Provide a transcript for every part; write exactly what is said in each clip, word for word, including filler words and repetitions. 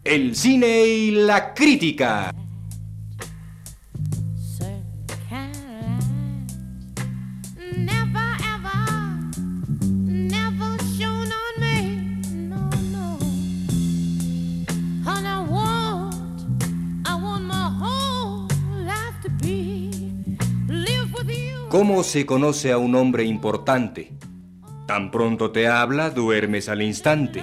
El cine y la crítica. ¿Cómo se conoce a un hombre importante? Tan pronto te habla, duermes al instante.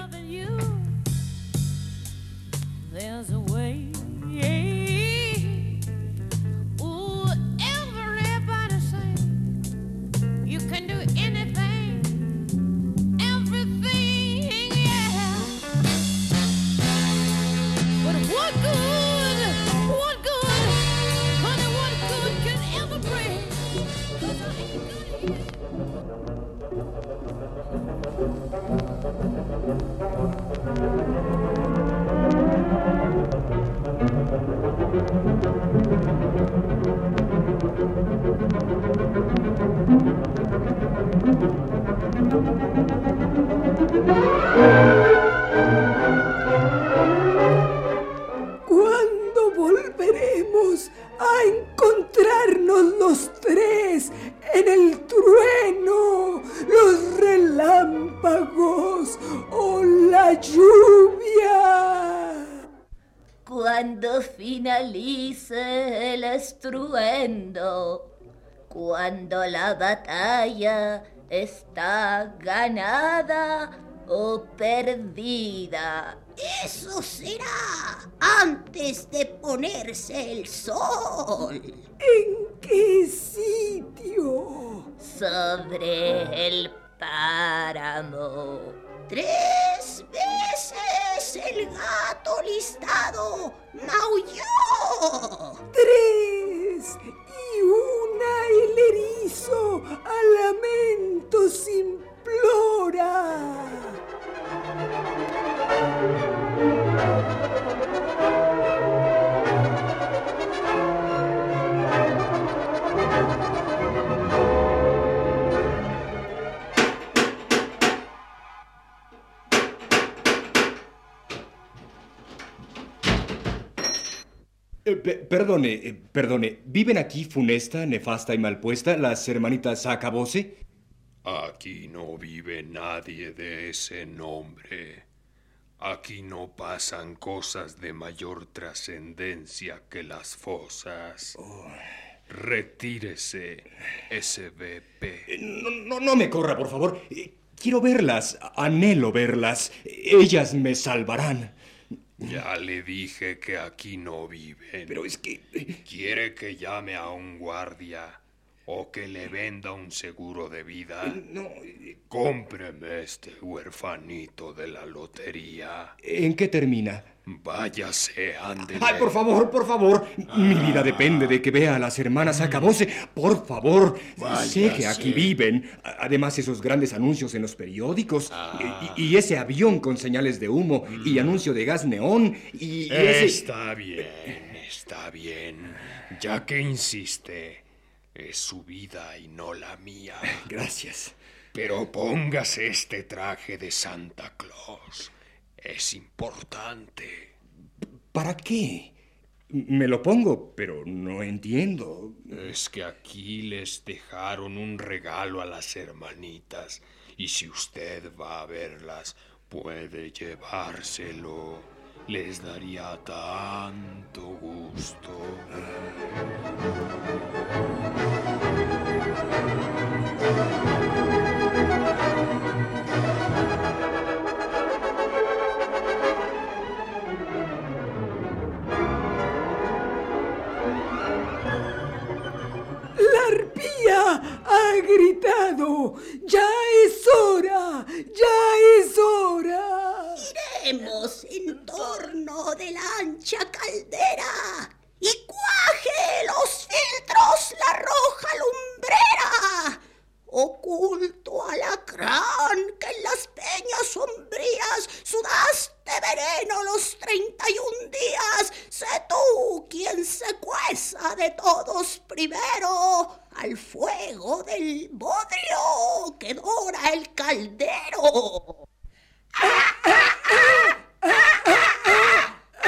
¿Cuándo volveremos a encontrarnos los tres en el trueno, los relámpagos o la lluvia? Cuando finalice el estruendo, cuando la batalla está ganada o perdida. Eso será antes de ponerse el sol. ¿En qué sitio? Sobre el páramo. Tres veces el gato listado maulló. Tres y una el erizo a lamentos implora. Eh, pe- perdone, eh, perdone. ¿Viven aquí funesta, nefasta y malpuesta las hermanitas Acabose? Aquí no vive nadie de ese nombre. Aquí no pasan cosas de mayor trascendencia que las fosas. Oh. Retírese, S V P. Eh, no, no, no me corra, por favor. Eh, quiero verlas, anhelo verlas. Ellas me salvarán. Ya le dije que aquí no viven. Pero es que... eh, ¿Quiere que llame a un guardia o que le venda un seguro de vida? No... eh, Cómpreme este huerfanito de la lotería. ¿En qué termina? Váyase, ándele. ¡Ay, por favor, por favor! Mi vida depende de que vea a las hermanas Acabose. Por favor. Váyase. Sé que aquí viven. A- Además, esos grandes anuncios en los periódicos. Ah. Y, y ese avión con señales de humo. Y anuncio de gas neón. Y, y ese... Está bien, está bien. Ya que insiste, es su vida y no la mía. Gracias. Pero póngase este traje de Santa Claus. Es importante. ¿Para qué? Me lo pongo, pero no entiendo. Es que aquí les dejaron un regalo a las hermanitas. Y si usted va a verlas, puede llevárselo. Les daría tanto gusto. La arpía ha gritado. ¡Ya es hora! ¡Ya es hora! Iremos en torno de la ancha caldera y cuaje los filtros la roja lumbrera. Oculto alacrán que en las peñas sombrías sudaste veneno los treinta y un días. Sé tú quien se cueza de todos primero al fuego del bodrio que dora el caldero. ¡Ah, ah, ah! ¡Ah, ah, ah!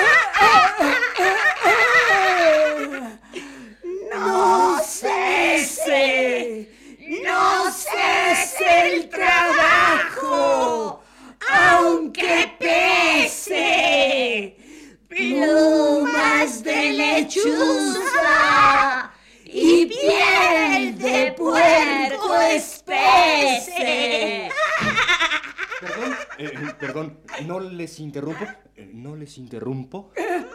lechuza y piel de puerco espese. Perdón, eh, perdón, ¿no les interrumpo? ¿No les interrumpo?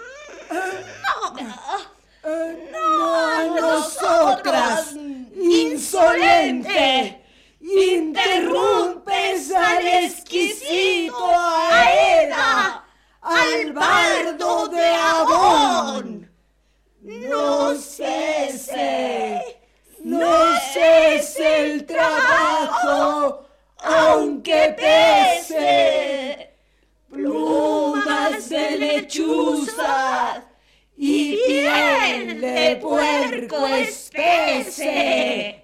No a nosotras, insolente. Interrumpes al exquisito Aeda, al bardo de Abón. No cese, no cese el trabajo, aunque pese. Plumas de lechuza y piel de puerco espese.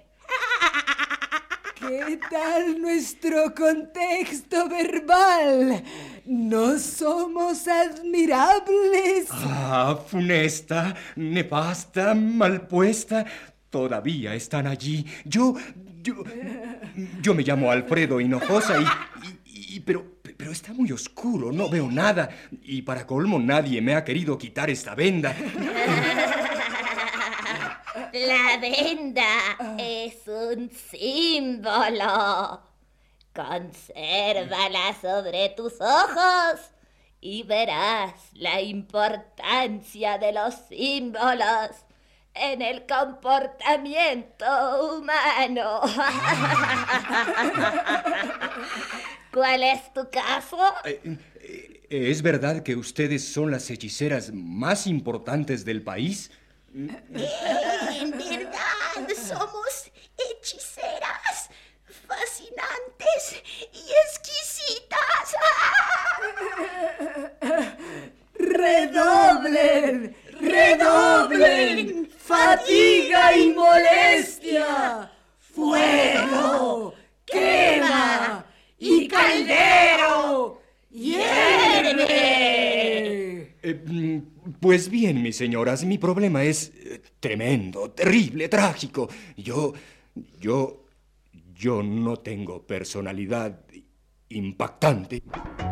¿Qué tal nuestro contexto verbal? ¿No somos admirables? Ah, funesta, nefasta, malpuesta, todavía están allí. Yo, yo, yo me llamo Alfredo Hinojosa y, y, y pero, pero está muy oscuro, no veo nada. Y para colmo nadie me ha querido quitar esta venda. La venda es un símbolo. Consérvala sobre tus ojos y verás la importancia de los símbolos en el comportamiento humano. ¿Cuál es tu caso? Eh, eh, ¿Es verdad que ustedes son las hechiceras más importantes del país? En verdad, somos hechiceras, fascinantes y exquisitas. ¡Redoblen! ¡Redoblen! ¡Fatiga y molestia! ¡Fuego! ¡Quema! ¡Y caldero! ¡Hierve! Eh, pues bien, mis señoras, mi problema es eh, tremendo, terrible, trágico. Yo, yo, yo no tengo personalidad impactante.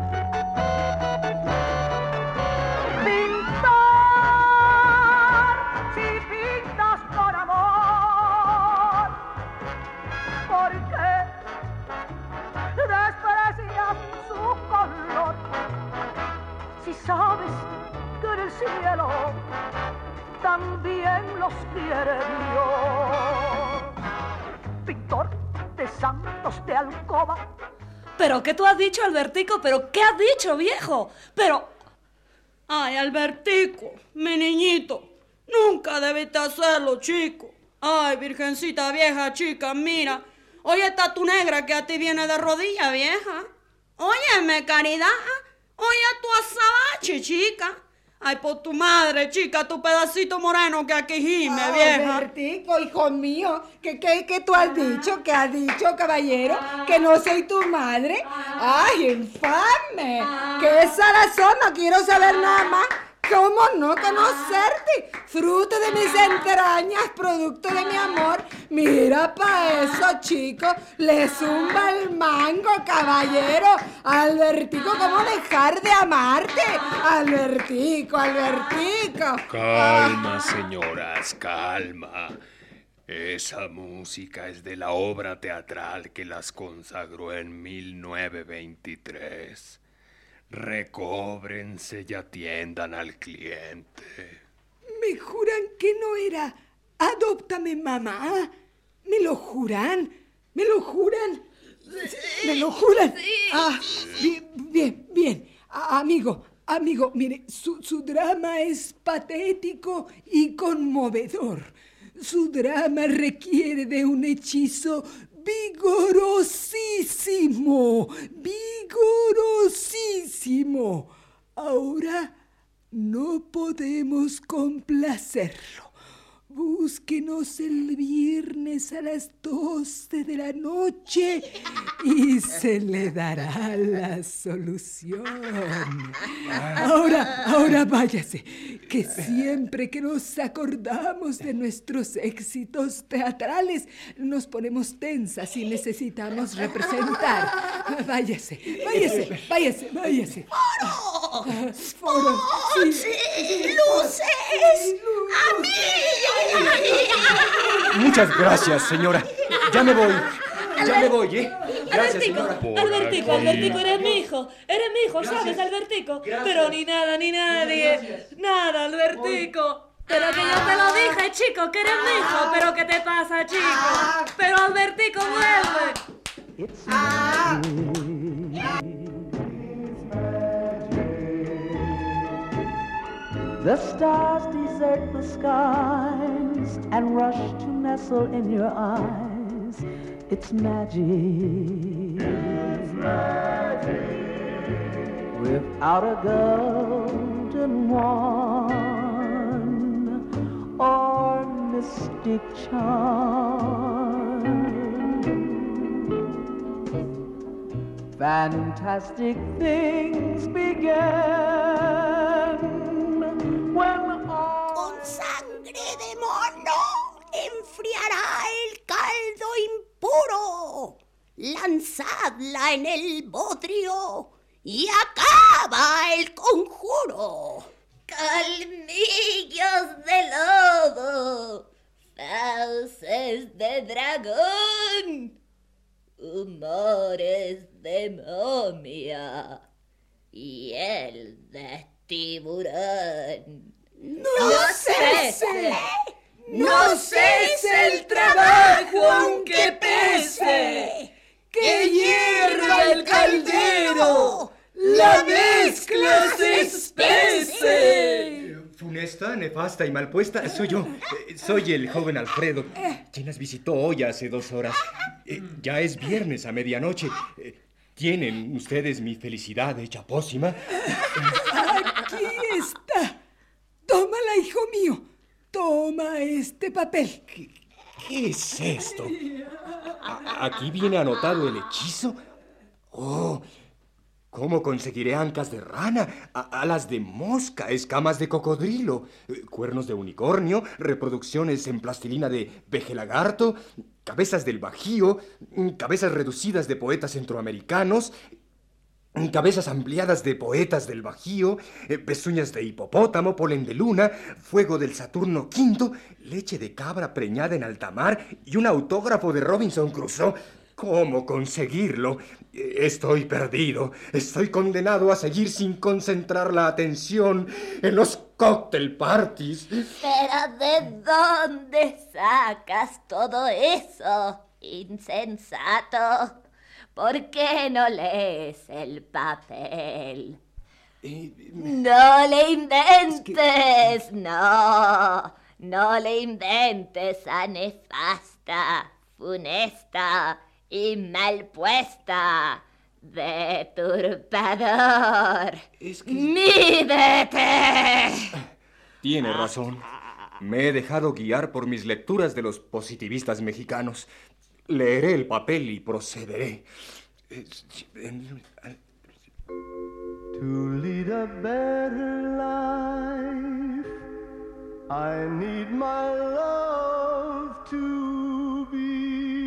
Sabes que en el cielo también los quiere Dios. Pintor de santos de alcoba. ¿Pero qué tú has dicho, Albertico? ¿Pero qué has dicho, viejo? Pero... Ay, Albertico, mi niñito, nunca debiste hacerlo, chico. Ay, virgencita vieja, chica, mira. Hoy está tu negra que a ti viene de rodilla, vieja. Óyeme, caridad. Oye, tu azabache, chica. Ay, por tu madre, chica, tu pedacito moreno que aquí gime, Ay, vieja. Albertico, hijo mío, ¿qué, qué, qué tú has dicho? ¿Qué has dicho, caballero? ¿Que no soy tu madre? ¡Ay, infame! ¿Qué esa razón? No quiero saber nada más. ¿Cómo no conocerte? Fruto de mis entrañas, producto de mi amor. Mira pa' eso, chico. Le zumba el mango, caballero. Albertico, ¿cómo dejar de amarte? Albertico, Albertico. Calma, señoras, calma. Esa música es de la obra teatral que las consagró en mil novecientos veintitrés. Recóbrense y atiendan al cliente. ¿Me juran que no era adóptame, mamá? ¿Me lo juran? ¿Me lo juran? ¿Me lo juran? Sí. Ah, bien, bien, bien. A- amigo, amigo, mire, su, su drama es patético y conmovedor. Su drama requiere de un hechizo vigorosísimo, vigorosísimo. Ahora no podemos complacerlo. Búsquenos el viernes a las doce de la noche y se le dará la solución. Ahora, ahora váyase, que siempre que nos acordamos de nuestros éxitos teatrales, nos ponemos tensas y necesitamos representar. Váyase, váyase, váyase, váyase. ¡Moro! Foro, sí, sí, luces, a mí. Muchas gracias, señora. Ya me voy. Ya me voy, ¿eh? Gracias, Albertico, señora. Albertico, Albertico, eres mi hijo. Eres mi hijo, ¿sabes, Albertico? Pero ni nada, ni nadie. Nada, Albertico. Pero que yo te lo dije, chico, que eres mi hijo. Pero ¿qué te pasa, chico? Pero Albertico, vuelve. The stars desert the skies and rush to nestle in your eyes. It's magic. It's magic. Without a golden wand or mystic charm, fantastic things begin when all... Con sangre de mono enfriará el caldo impuro. Lanzadla en el bodrio y acaba el conjuro. Colmillos de lobo, fauces de dragón, humores de momia, hiel de tiburón. No cese, no cese el trabajo aunque pese, que hierva el caldero, la mezcla se espese. Funesta, nefasta y mal puesta, soy yo. Eh, soy el joven Alfredo, quien las visitó hoy hace dos horas. Eh, ya es viernes a medianoche. Eh, ¿Tienen ustedes mi felicidad hecha pócima? Aquí está. Tómala, hijo mío. Toma este papel. ¿Qué, qué es esto? ¿A- ¿Aquí viene anotado el hechizo? Oh, ¿cómo conseguiré ancas de rana, a- alas de mosca, escamas de cocodrilo, eh, cuernos de unicornio, reproducciones en plastilina de pejelagarto, cabezas del Bajío, mm, cabezas reducidas de poetas centroamericanos, mm, cabezas ampliadas de poetas del Bajío, eh, pezuñas de hipopótamo, polen de luna, fuego del Saturno quinto, leche de cabra preñada en alta mar y un autógrafo de Robinson Crusoe? ¿Cómo conseguirlo? Estoy perdido. Estoy condenado a seguir sin concentrar la atención en los cocktail parties. ¿Pero de dónde sacas todo eso, insensato? ¿Por qué no lees el papel? Eh, No le inventes, no, no le inventes a nefasta, funesta y mal puesta, deturpador. Es que... ¡Mídete! Tiene razón. Me he dejado guiar por mis lecturas de los positivistas mexicanos. Leeré el papel y procederé. To lead a better life, I need my love to be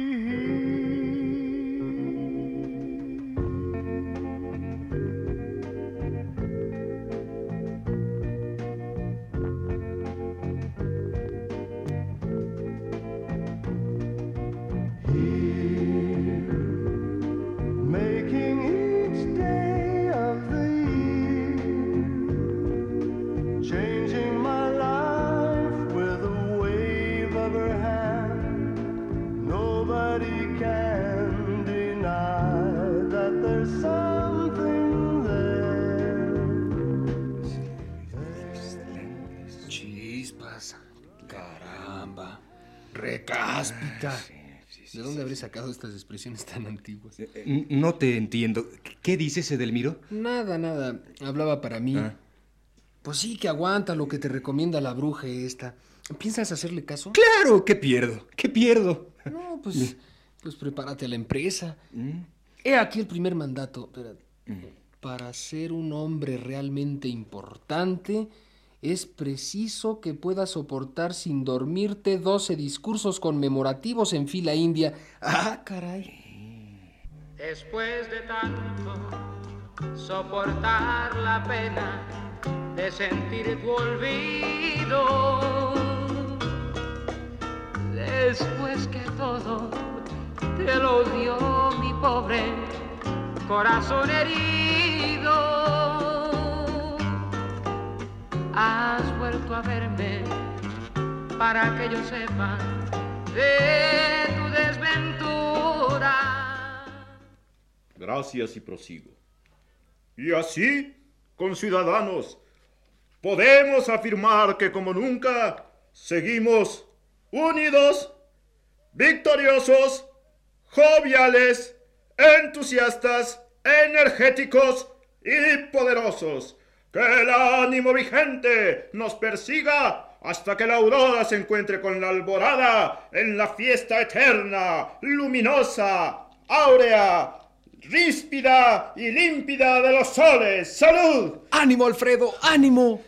Recáspita. ¿De dónde habré sacado estas expresiones tan antiguas? Eh, No te entiendo. ¿Qué dices, Edelmiro? Nada, nada. Hablaba para mí. Ah. Pues sí, que aguanta lo que te recomienda la bruja esta. ¿Piensas hacerle caso? ¡Claro! ¿Qué pierdo? ¿Qué pierdo? No, pues, pues prepárate a la empresa. ¿Mm? He aquí el primer mandato. Espera. Para ser un hombre realmente importante, es preciso que puedas soportar sin dormirte doce discursos conmemorativos en fila india. ¡Ah, caray! Después de tanto soportar la pena de sentir tu olvido. Después que todo te lo dio mi pobre corazón herido, has vuelto a verme para que yo sepa de tu desventura. Gracias y prosigo. Y así, conciudadanos, podemos afirmar que como nunca seguimos unidos, victoriosos, joviales, entusiastas, energéticos y poderosos. Que el ánimo vigente nos persiga hasta que la aurora se encuentre con la alborada en la fiesta eterna, luminosa, áurea, ríspida y límpida de los soles. ¡Salud! ¡Ánimo, Alfredo! ¡Ánimo!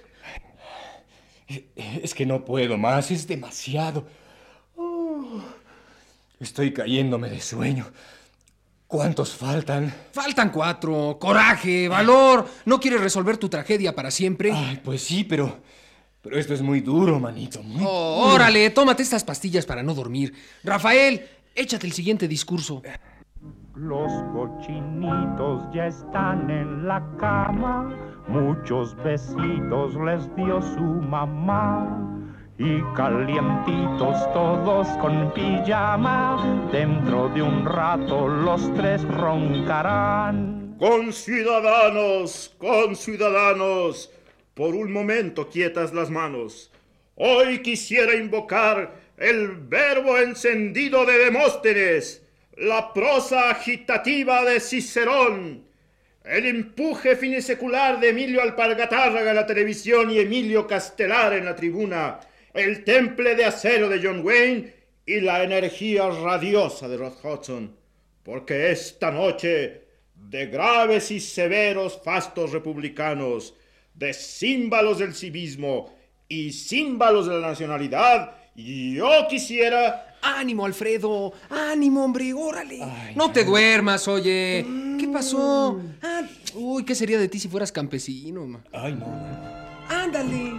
Es que no puedo más, es demasiado. Uh, estoy cayéndome de sueño. ¿Cuántos faltan? Faltan cuatro. Coraje, valor. ¿No quieres resolver tu tragedia para siempre? Ay, pues sí, pero... Pero esto es muy duro, manito. Muy oh, duro. Órale, tómate estas pastillas para no dormir. Rafael, échate el siguiente discurso. Los cochinitos ya están en la cama, muchos besitos les dio su mamá. Y calientitos todos con pijama, dentro de un rato los tres roncarán. Conciudadanos, conciudadanos, por un momento quietas las manos. Hoy quisiera invocar el verbo encendido de Demóstenes, la prosa agitativa de Cicerón, el empuje finisecular de Emilio Alpargatárraga en la televisión y Emilio Castelar en la tribuna, el temple de acero de John Wayne y la energía radiosa de Rock Hudson, porque esta noche, de graves y severos fastos republicanos, de símbolos del civismo y símbolos de la nacionalidad, yo quisiera... ¡Ánimo, Alfredo! ¡Ánimo, hombre! ¡Órale! Ay, no ay. te duermas, oye. ¿Qué pasó? Ah, uy, ¿qué sería de ti si fueras campesino, ma? Ay, no. ¡Ándale!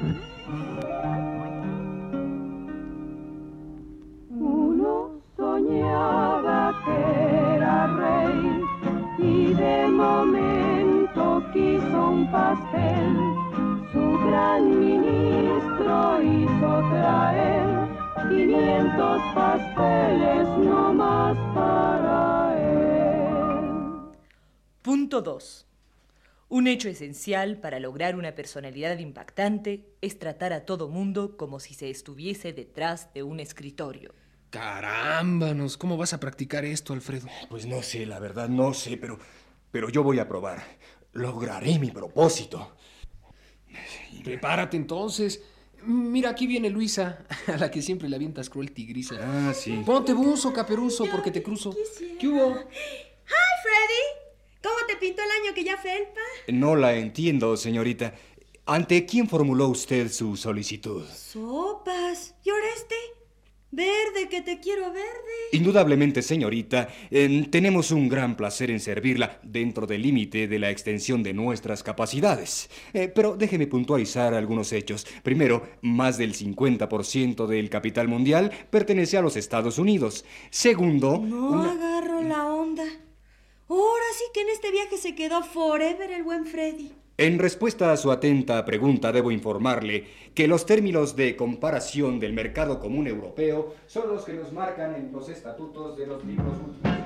Uno soñaba que era rey y de momento quiso un pastel. Su gran ministro hizo traer quinientos pasteles no más para él. Punto dos. Un hecho esencial para lograr una personalidad impactante es tratar a todo mundo como si se estuviese detrás de un escritorio. Carámbanos, ¿cómo vas a practicar esto, Alfredo? Pues no sé, la verdad, no sé, pero, pero yo voy a probar. Lograré mi propósito. Prepárate entonces. Mira, aquí viene Luisa, a la que siempre le avientas cruel tigriza. Ah, sí. Ponte buzo, caperuzo, porque te cruzo. Quisiera. ¿Qué hubo? ¡Hi, Freddy! ¿Cómo te pintó el año que ya felpa? No la entiendo, señorita. ¿Ante quién formuló usted su solicitud? Sopas. ¿Y ahora este? Verde, que te quiero verde. Indudablemente, señorita, eh, tenemos un gran placer en servirla dentro del límite de la extensión de nuestras capacidades. Eh, pero déjeme puntualizar algunos hechos. Primero, más del cincuenta por ciento del capital mundial pertenece a los Estados Unidos. Segundo... No una... agarro la onda. Ahora sí que en este viaje se quedó forever el buen Freddy. En respuesta a su atenta pregunta, debo informarle que los términos de comparación del mercado común europeo son los que nos marcan en los estatutos de los libros últimos.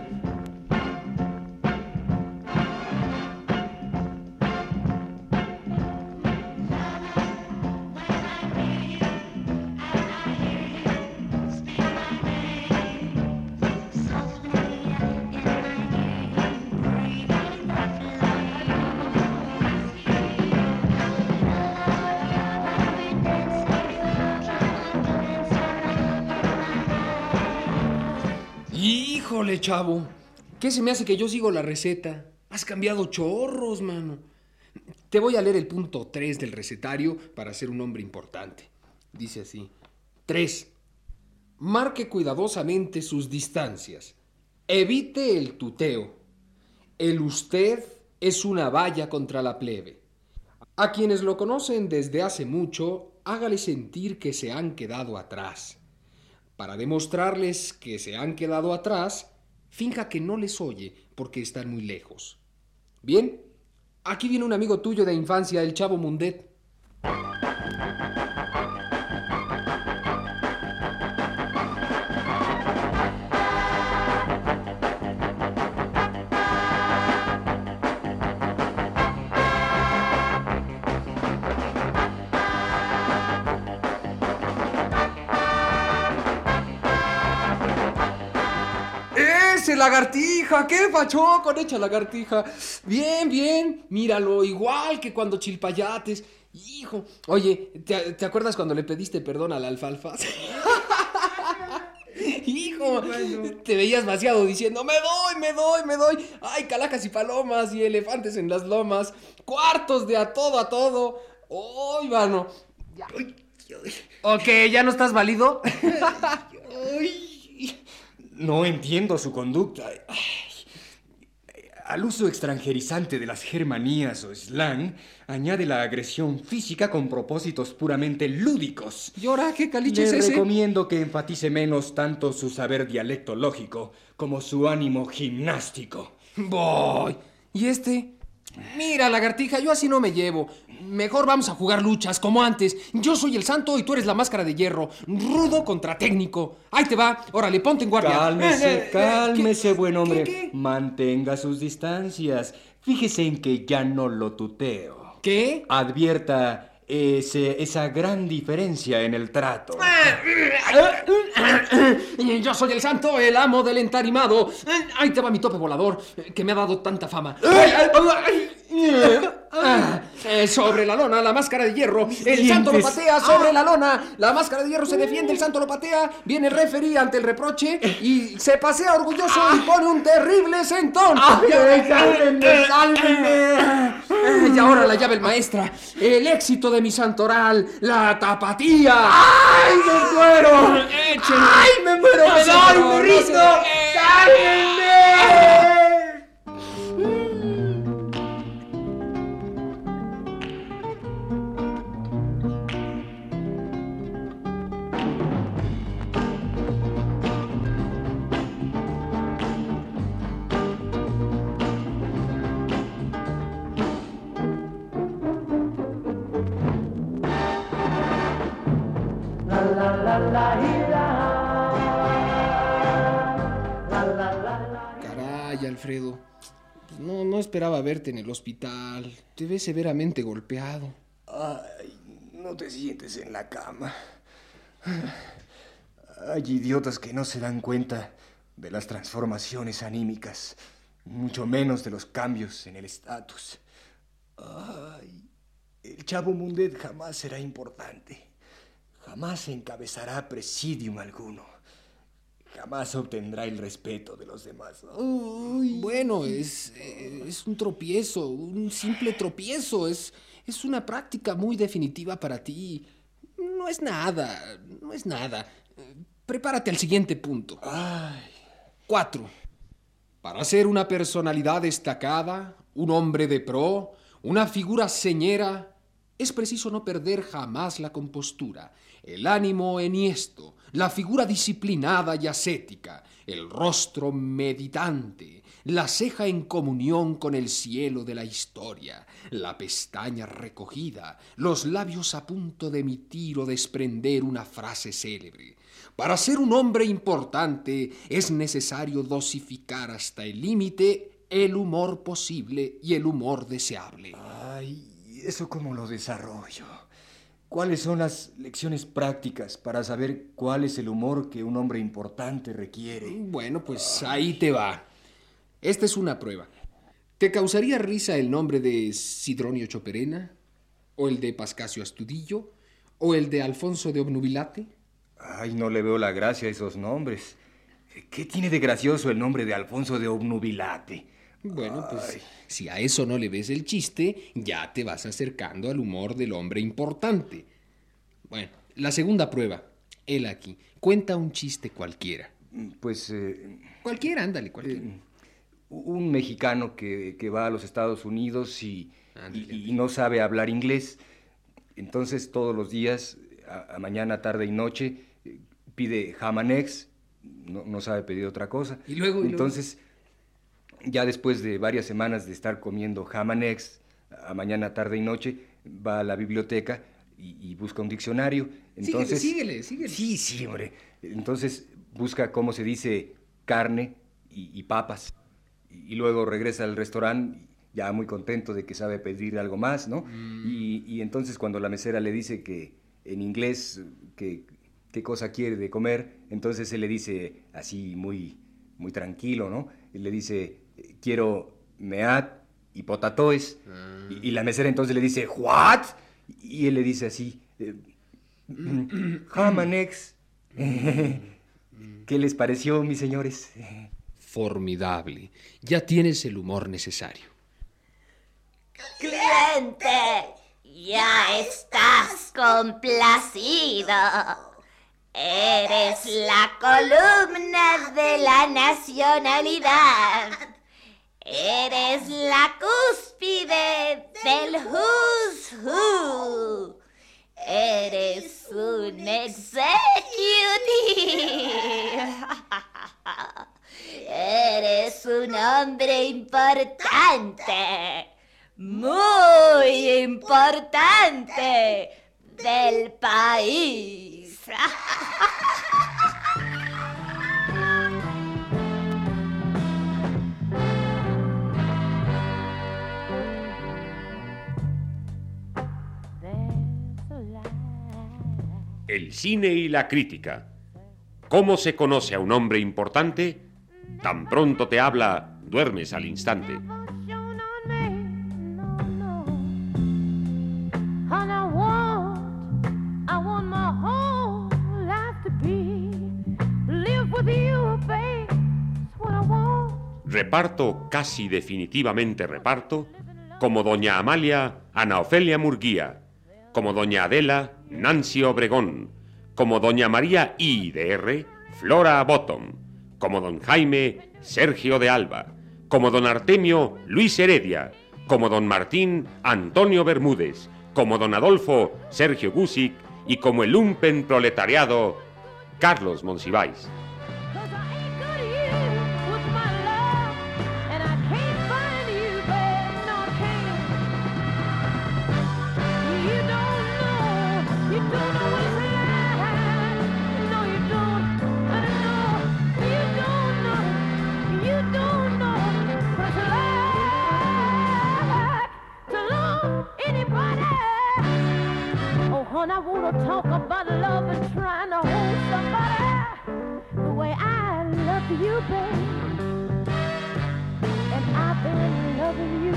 Híjole, chavo. ¿Qué se me hace que yo sigo la receta? Has cambiado chorros, mano. Te voy a leer el punto tres del recetario para ser un hombre importante. Dice así. tres. Marque cuidadosamente sus distancias. Evite el tuteo. El usted es una valla contra la plebe. A quienes lo conocen desde hace mucho, hágale sentir que se han quedado atrás. Para demostrarles que se han quedado atrás, finja que no les oye porque están muy lejos. Bien, aquí viene un amigo tuyo de infancia, el Chavo Mundet. ¡Ese lagartija! ¡Qué fachó con hecha lagartija! Bien, bien, míralo, igual que cuando chilpayates. Hijo, oye, ¿te, ¿te acuerdas cuando le pediste perdón a la alfalfa? Hijo, te veías vaciado diciendo, me doy, me doy, me doy. Ay, calacas y palomas y elefantes en las lomas. Cuartos de a todo, a todo. ¡Ay, mano! Ya. Ok, ¿ya no estás válido? No entiendo su conducta. Ay, al uso extranjerizante de las germanías o slang, añade la agresión física con propósitos puramente lúdicos. ¿Y ahora qué caliche es Le ese? recomiendo que enfatice menos tanto su saber dialectológico como su ánimo gimnástico. Voy. ¿Y este? Mira, lagartija, yo así no me llevo. Mejor vamos a jugar luchas, como antes. Yo soy el santo y tú eres la máscara de hierro. Rudo contra técnico. Ahí te va. Órale, ponte en guardia. Cálmese, Eh, eh, cálmese, ¿qué? buen hombre. ¿Qué, qué? Mantenga sus distancias. Fíjese en que ya no lo tuteo. ¿Qué? Advierta ese, esa gran diferencia en el trato. Yo soy el santo, el amo del entarimado. Ahí te va mi tope volador, que me ha dado tanta fama. Ah, eh, sobre la lona, la máscara de hierro. El santo lo patea sobre la lona. La máscara de hierro se defiende, el santo lo patea. Viene el referí ante el reproche y se pasea orgulloso y pone un terrible sentón. ¡Sálvenme, sálvenme! Y ahora la llave el maestra. El éxito de mi santoral, la tapatía. ¡Ay, me muero! Échenle. ¡Ay, me muero! ¡Me doy, me rindo! ¡Sálvenme! Caray, Alfredo. No, no esperaba verte en el hospital. Te ves severamente golpeado. Ay, no te sientes en la cama. Hay idiotas que no se dan cuenta de las transformaciones anímicas, mucho menos de los cambios en el estatus. Ay, el Chavo Mundet jamás será importante. Jamás encabezará presidium alguno. Jamás obtendrá el respeto de los demás. Uy. Bueno, es, es un tropiezo, un simple tropiezo. Es, es una práctica muy definitiva para ti. No es nada, no es nada. Prepárate al siguiente punto. Ay. Cuatro. Para ser una personalidad destacada, un hombre de pro, una figura señera, es preciso no perder jamás la compostura, el ánimo enhiesto, la figura disciplinada y ascética, el rostro meditante, la ceja en comunión con el cielo de la historia, la pestaña recogida, los labios a punto de emitir o desprender una frase célebre. Para ser un hombre importante es necesario dosificar hasta el límite el humor posible y el humor deseable. Ay, ¿eso cómo lo desarrollo? ¿Cuáles son las lecciones prácticas para saber cuál es el humor que un hombre importante requiere? Bueno, pues ahí te va. Esta es una prueba. ¿Te causaría risa el nombre de Sidronio Choperena? ¿O el de Pascasio Astudillo? ¿O el de Alfonso de Obnubilate? Ay, no le veo la gracia a esos nombres. ¿Qué tiene de gracioso el nombre de Alfonso de Obnubilate? Bueno, pues Ay. si a eso no le ves el chiste, ya te vas acercando al humor del hombre importante. Bueno, la segunda prueba. Él aquí. Cuenta un chiste cualquiera. Pues... Eh, cualquiera, ándale, cualquiera. Eh, un mexicano que, que va a los Estados Unidos y, y, y no sabe hablar inglés. Entonces todos los días, a, a mañana, tarde y noche, pide ham and eggs, no, no sabe pedir otra cosa. Y luego, y Entonces, luego? ya después de varias semanas de estar comiendo ham and eggs, a mañana, tarde y noche, va a la biblioteca y, y busca un diccionario. Entonces, síguele, síguele, síguele. Sí, sí, hombre. Entonces busca cómo se dice carne y, y papas. Y, y luego regresa al restaurante ya muy contento de que sabe pedir algo más, ¿no? Mm. Y, y entonces cuando la mesera le dice que en inglés que qué cosa quiere de comer, entonces él le dice así muy, muy tranquilo, ¿no? Él le dice, quiero meat y potatoes. Mm. Y, y la mesera entonces le dice, ¿what? Y él le dice así, eh, ham and eggs. ¿Qué les pareció, mis señores? Formidable. Ya tienes el humor necesario. Cliente, ya estás complacido. Eres la columna de la nacionalidad. Eres la cúspide del who's who. Eres un executive. Eres un hombre importante. Muy importante del país. El cine y la crítica. ¿Cómo se conoce a un hombre importante? Tan pronto te habla, duermes al instante. Reparto, casi definitivamente reparto, como doña Amalia, Ana Ofelia Murguía, como doña Adela, Nancy Obregón, como doña María I de R, Flora Bottom, como don Jaime, Sergio de Alba, como don Artemio, Luis Heredia, como don Martín, Antonio Bermúdez, como don Adolfo, Sergio Gusic y como el lumpen proletariado, Carlos Monsiváis. And I wanna talk about love and trying to hold somebody the way I love you, babe. And I've been loving you.